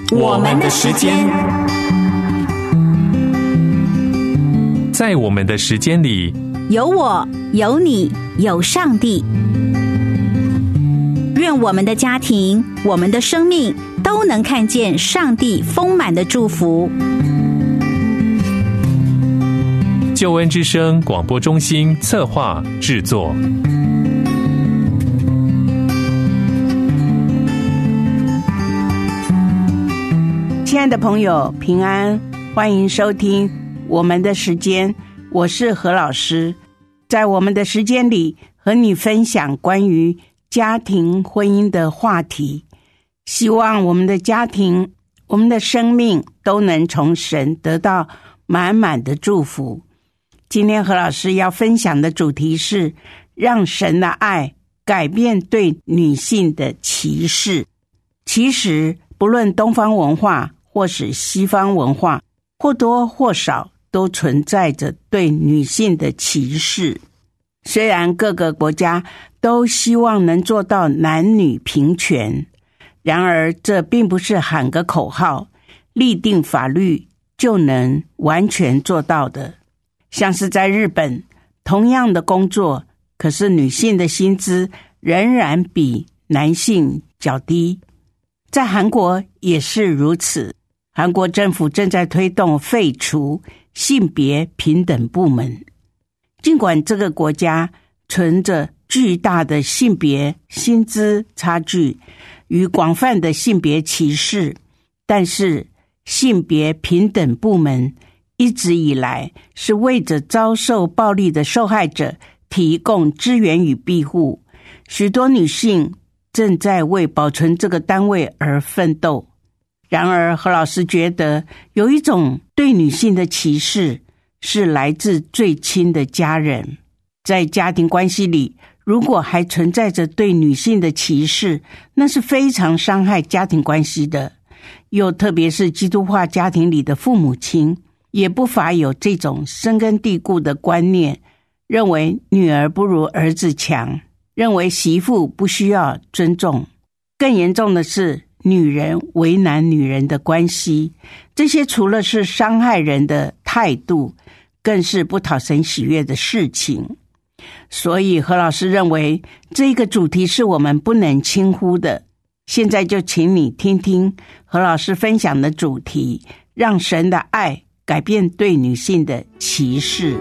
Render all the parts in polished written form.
我们的时间。 在我们的时间里， 有我，有你，有上帝。愿我们的家庭，我们的生命都能看见上帝丰满的祝福。 救恩之声广播中心策划制作。 亲爱的朋友，平安，欢迎收听我们的时间，我是何老师。在我们的时间里，和你分享关于家庭婚姻的话题，希望我们的家庭，我们的生命都能从神得到满满的祝福。今天何老师要分享的主题是让神的爱改变对女性的歧视。其实不论东方文化或是西方文化，或多或少都存在着对女性的歧视。虽然各个国家都希望能做到男女平权，然而这并不是喊个口号，立定法律就能完全做到的。像是在日本，同样的工作，可是女性的薪资仍然比男性较低。在韩国也是如此，韩国政府正在推动废除性别平等部门。尽管这个国家存着巨大的性别薪资差距与广泛的性别歧视，但是性别平等部门一直以来是为着遭受暴力的受害者提供支援与庇护。许多女性正在为保存这个单位而奋斗。然而何老师觉得有一种对女性的歧视是来自最亲的家人。在家庭关系里，如果还存在着对女性的歧视，那是非常伤害家庭关系的。又特别是基督化家庭里的父母亲，也不乏有这种深根蒂固的观念，认为女儿不如儿子强，认为媳妇不需要尊重。更严重的是女人为难女人的关系，这些除了是伤害人的态度，更是不讨神喜悦的事情。所以何老师认为这个主题是我们不能轻忽的。现在就请你听听何老师分享的主题，让神的爱改变对女性的歧视。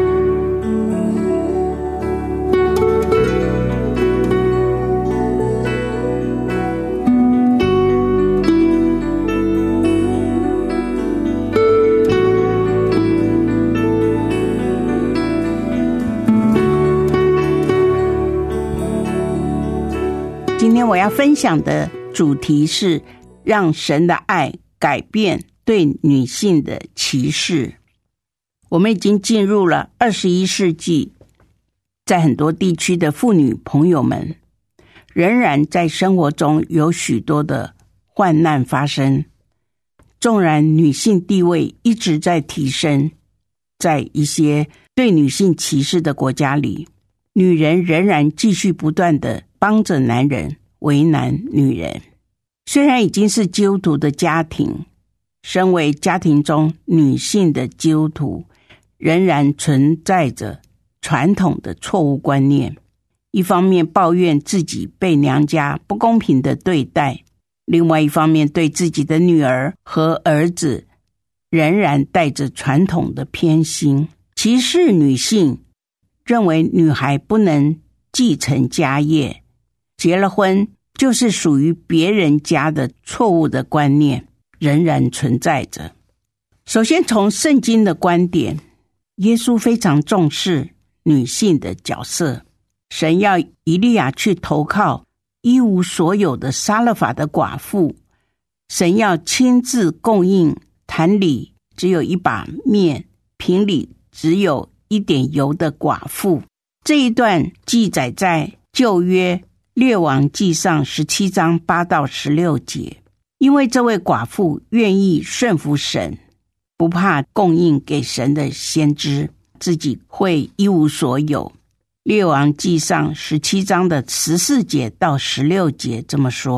今天我要分享的主题是让神的爱改变对女性的歧视。我们已经进入了21世纪，在很多地区的妇女朋友们仍然在生活中有许多的患难发生。纵然女性地位一直在提升，在一些对女性歧视的国家里，女人仍然继续不断地帮着男人，为难女人。虽然已经是基督徒的家庭，身为家庭中女性的基督徒，仍然存在着传统的错误观念。一方面抱怨自己被娘家不公平的对待，另外一方面对自己的女儿和儿子仍然带着传统的偏心，歧视女性，认为女孩不能继承家业，结了婚就是属于别人家的错误的观念仍然存在着。首先从圣经的观点，耶稣非常重视女性的角色。神要以利亚去投靠一无所有的撒勒法的寡妇，神要亲自供应坛里只有一把面，瓶里只有一点油的寡妇。这一段记载在旧约列王记上17章8到16节。因为这位寡妇愿意顺服神，不怕供应给神的先知，自己会一无所有。列王记上17章的14节到16节这么说：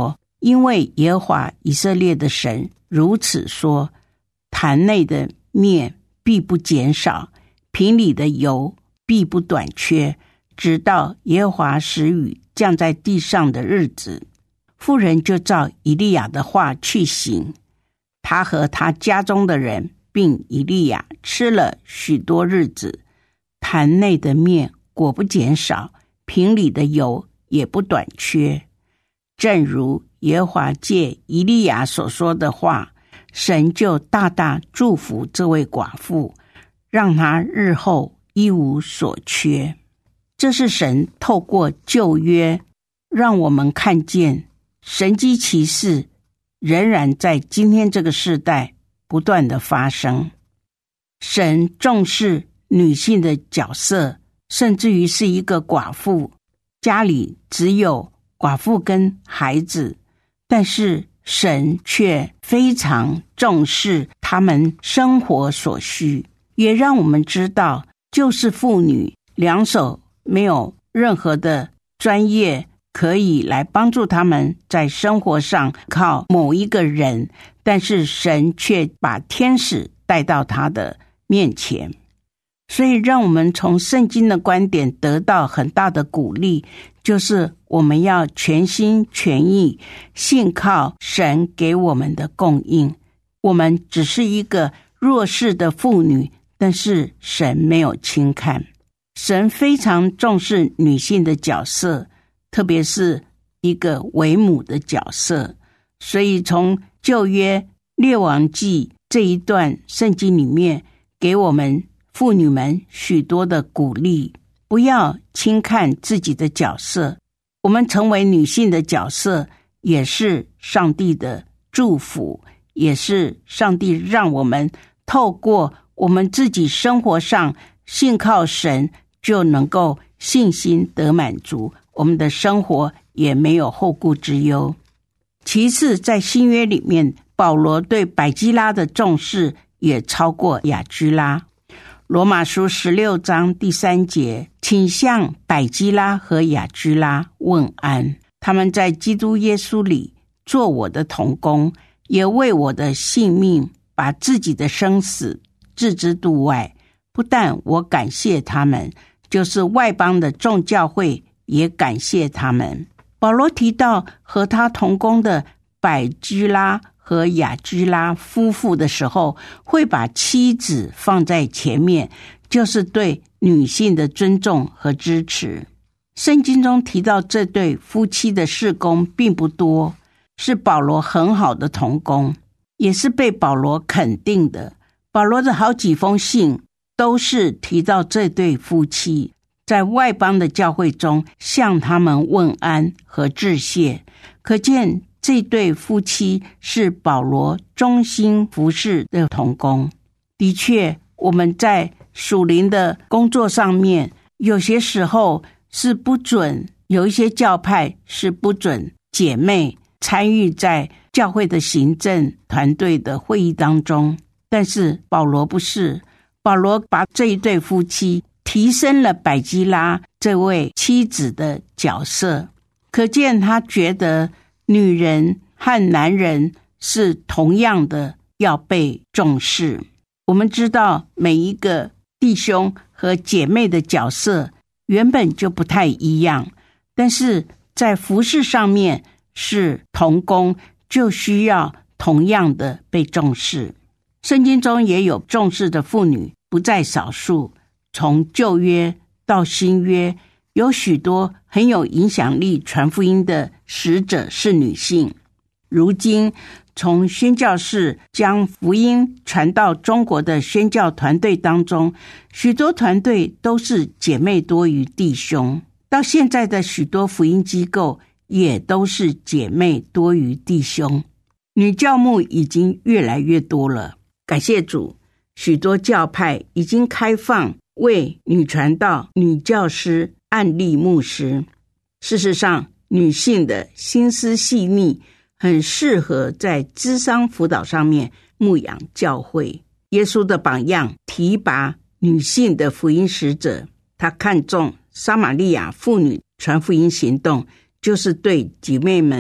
因为耶和华以色列的神如此说，坛内的面必不减少，瓶里的油必不短缺，直到耶和华使雨降在地上的日子。妇人就照以利亚的话去行，他和他家中的人并以利亚吃了许多日子，坛内的面果不减少，瓶里的油也不短缺。正如耶和华借以利亚所说的话，神就大大祝福这位寡妇，让她日后一无所缺。这是神透过旧约让我们看见神迹奇事仍然在今天这个世代不断的发生。神重视女性的角色，甚至于是一个寡妇，家里只有寡妇跟孩子，但是神却非常重视他们生活所需，也让我们知道，就是妇女两手没有任何的专业可以来帮助他们在生活上靠某一个人，但是神却把天使带到他的面前。所以让我们从圣经的观点得到很大的鼓励，就是我们要全心全意信靠神给我们的供应。我们只是一个弱势的妇女，但是神没有轻看。神非常重视女性的角色，特别是一个为母的角色。所以从旧约列王记这一段圣经里面，给我们妇女们许多的鼓励，不要轻看自己的角色。我们成为女性的角色，也是上帝的祝福，也是上帝让我们透过我们自己生活上信靠神，就能够信心得满足，我们的生活也没有后顾之忧。其次，在新约里面，保罗对百基拉的重视也超过雅居拉。罗马书16章第3节，请向百基拉和雅居拉问安，他们在基督耶稣里做我的同工，也为我的性命把自己的生死置之度外。不但我感谢他们，就是外邦的众教会也感谢他们。保罗提到和他同工的百基拉和雅居拉夫妇的时候，会把妻子放在前面，就是对女性的尊重和支持。圣经中提到这对夫妻的事工并不多，是保罗很好的同工，也是被保罗肯定的。保罗的好几封信都是提到这对夫妻，在外邦的教会中向他们问安和致谢，可见这对夫妻是保罗忠心服侍的同工。的确，我们在属灵的工作上面，有些时候是不准，有一些教派是不准姐妹参与在教会的行政团队的会议当中，但是保罗不是，保罗把这一对夫妻提升了百基拉这位妻子的角色，可见他觉得女人和男人是同样的要被重视。我们知道每一个弟兄和姐妹的角色原本就不太一样，但是在服事上面是同工，就需要同样的被重视。圣经中也有重视的妇女不在少数，从旧约到新约，有许多很有影响力传福音的使者是女性。如今从宣教士将福音传到中国的宣教团队当中，许多团队都是姐妹多于弟兄，到现在的许多福音机构也都是姐妹多于弟兄。女教牧已经越来越多了，感谢主，许多教派已经开放为女传道、女教师按立牧师。事实上，女性的心思细腻，很适合在諮商辅导上面牧养教会。耶稣的榜样提拔女性的福音使者，他看重撒玛利亚妇女传福音行动，就是对姐妹们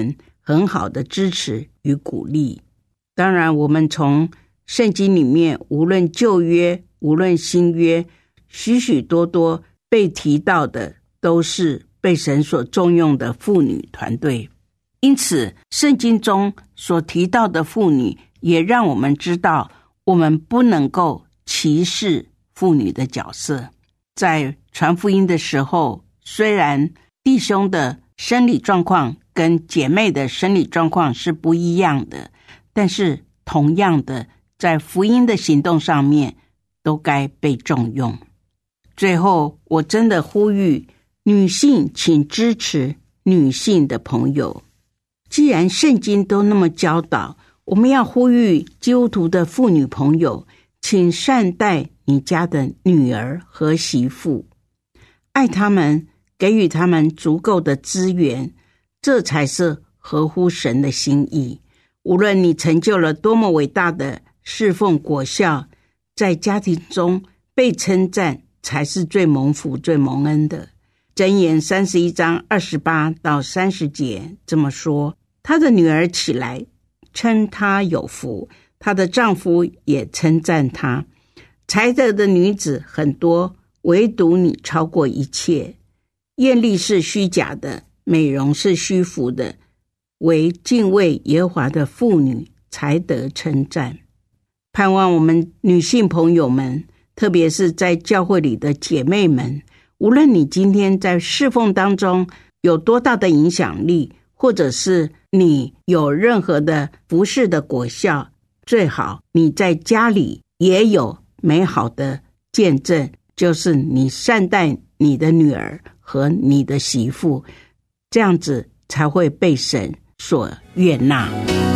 很好的支持与鼓励。当然，我们从圣经里面，无论旧约，无论新约，许许多多被提到的都是被神所重用的妇女团队。因此，圣经中所提到的妇女也让我们知道，我们不能够歧视妇女的角色。在传福音的时候，虽然弟兄的生理状况跟姐妹的生理状况是不一样的，但是同样的，在福音的行动上面都该被重用。最后，我真的呼吁女性，请支持女性的朋友。既然圣经都那么教导，我们要呼吁基督徒的妇女朋友，请善待你家的女儿和媳妇，爱她们，给予她们足够的资源，这才是合乎神的心意。无论你成就了多么伟大的侍奉果效，在家庭中被称赞才是最蒙福最蒙恩的。箴言31章28到30节这么说，她的女儿起来称她有福，她的丈夫也称赞她。才德的女子很多，唯独你超过一切。艳丽是虚假的，美容是虚浮的，为敬畏耶和华的妇女才得称赞。盼望我们女性朋友们，特别是在教会里的姐妹们，无论你今天在侍奉当中有多大的影响力，或者是你有任何的服事的果效，最好你在家里也有美好的见证，就是你善待你的女儿和你的媳妇，这样子才会被神所悦纳。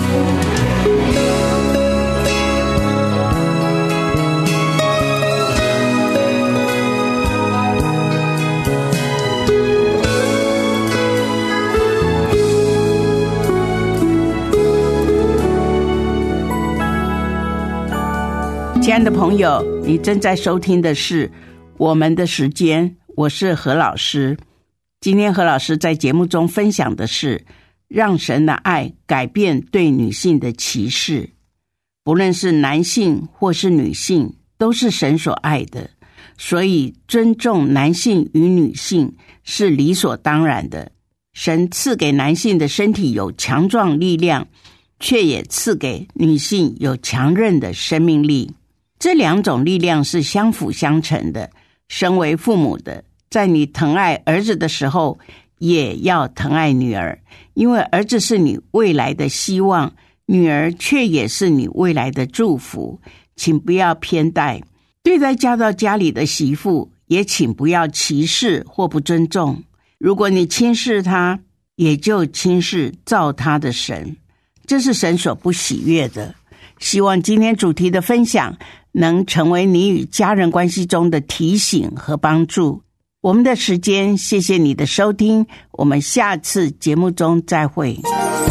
亲爱的朋友，你正在收听的是我们的时间，我是何老师。今天何老师在节目中分享的是让神的爱改变对女性的歧视。不论是男性或是女性，都是神所爱的，所以尊重男性与女性是理所当然的。神赐给男性的身体有强壮力量，却也赐给女性有强韧的生命力。这两种力量是相辅相成的。身为父母的，在你疼爱儿子的时候，也要疼爱女儿，因为儿子是你未来的希望，女儿却也是你未来的祝福。请不要偏待。对待嫁到家里的媳妇，也请不要歧视或不尊重。如果你轻视她，也就轻视造她的神，这是神所不喜悦的。希望今天主题的分享能成为你与家人关系中的提醒和帮助。我们的时间，谢谢你的收听，我们下次节目中再会。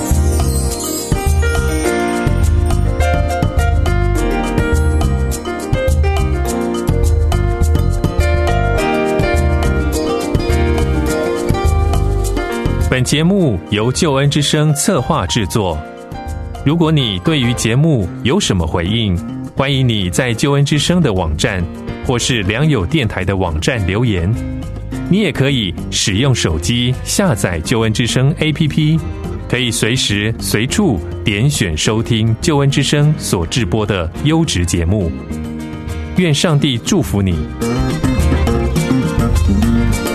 本节目由救恩之声策划制作。如果你对于节目有什么回应，欢迎你在救恩之声的网站或是良友电台的网站留言。你也可以使用手机下载救恩之声 APP， 可以随时随处点选收听救恩之声所制播的优质节目。愿上帝祝福你。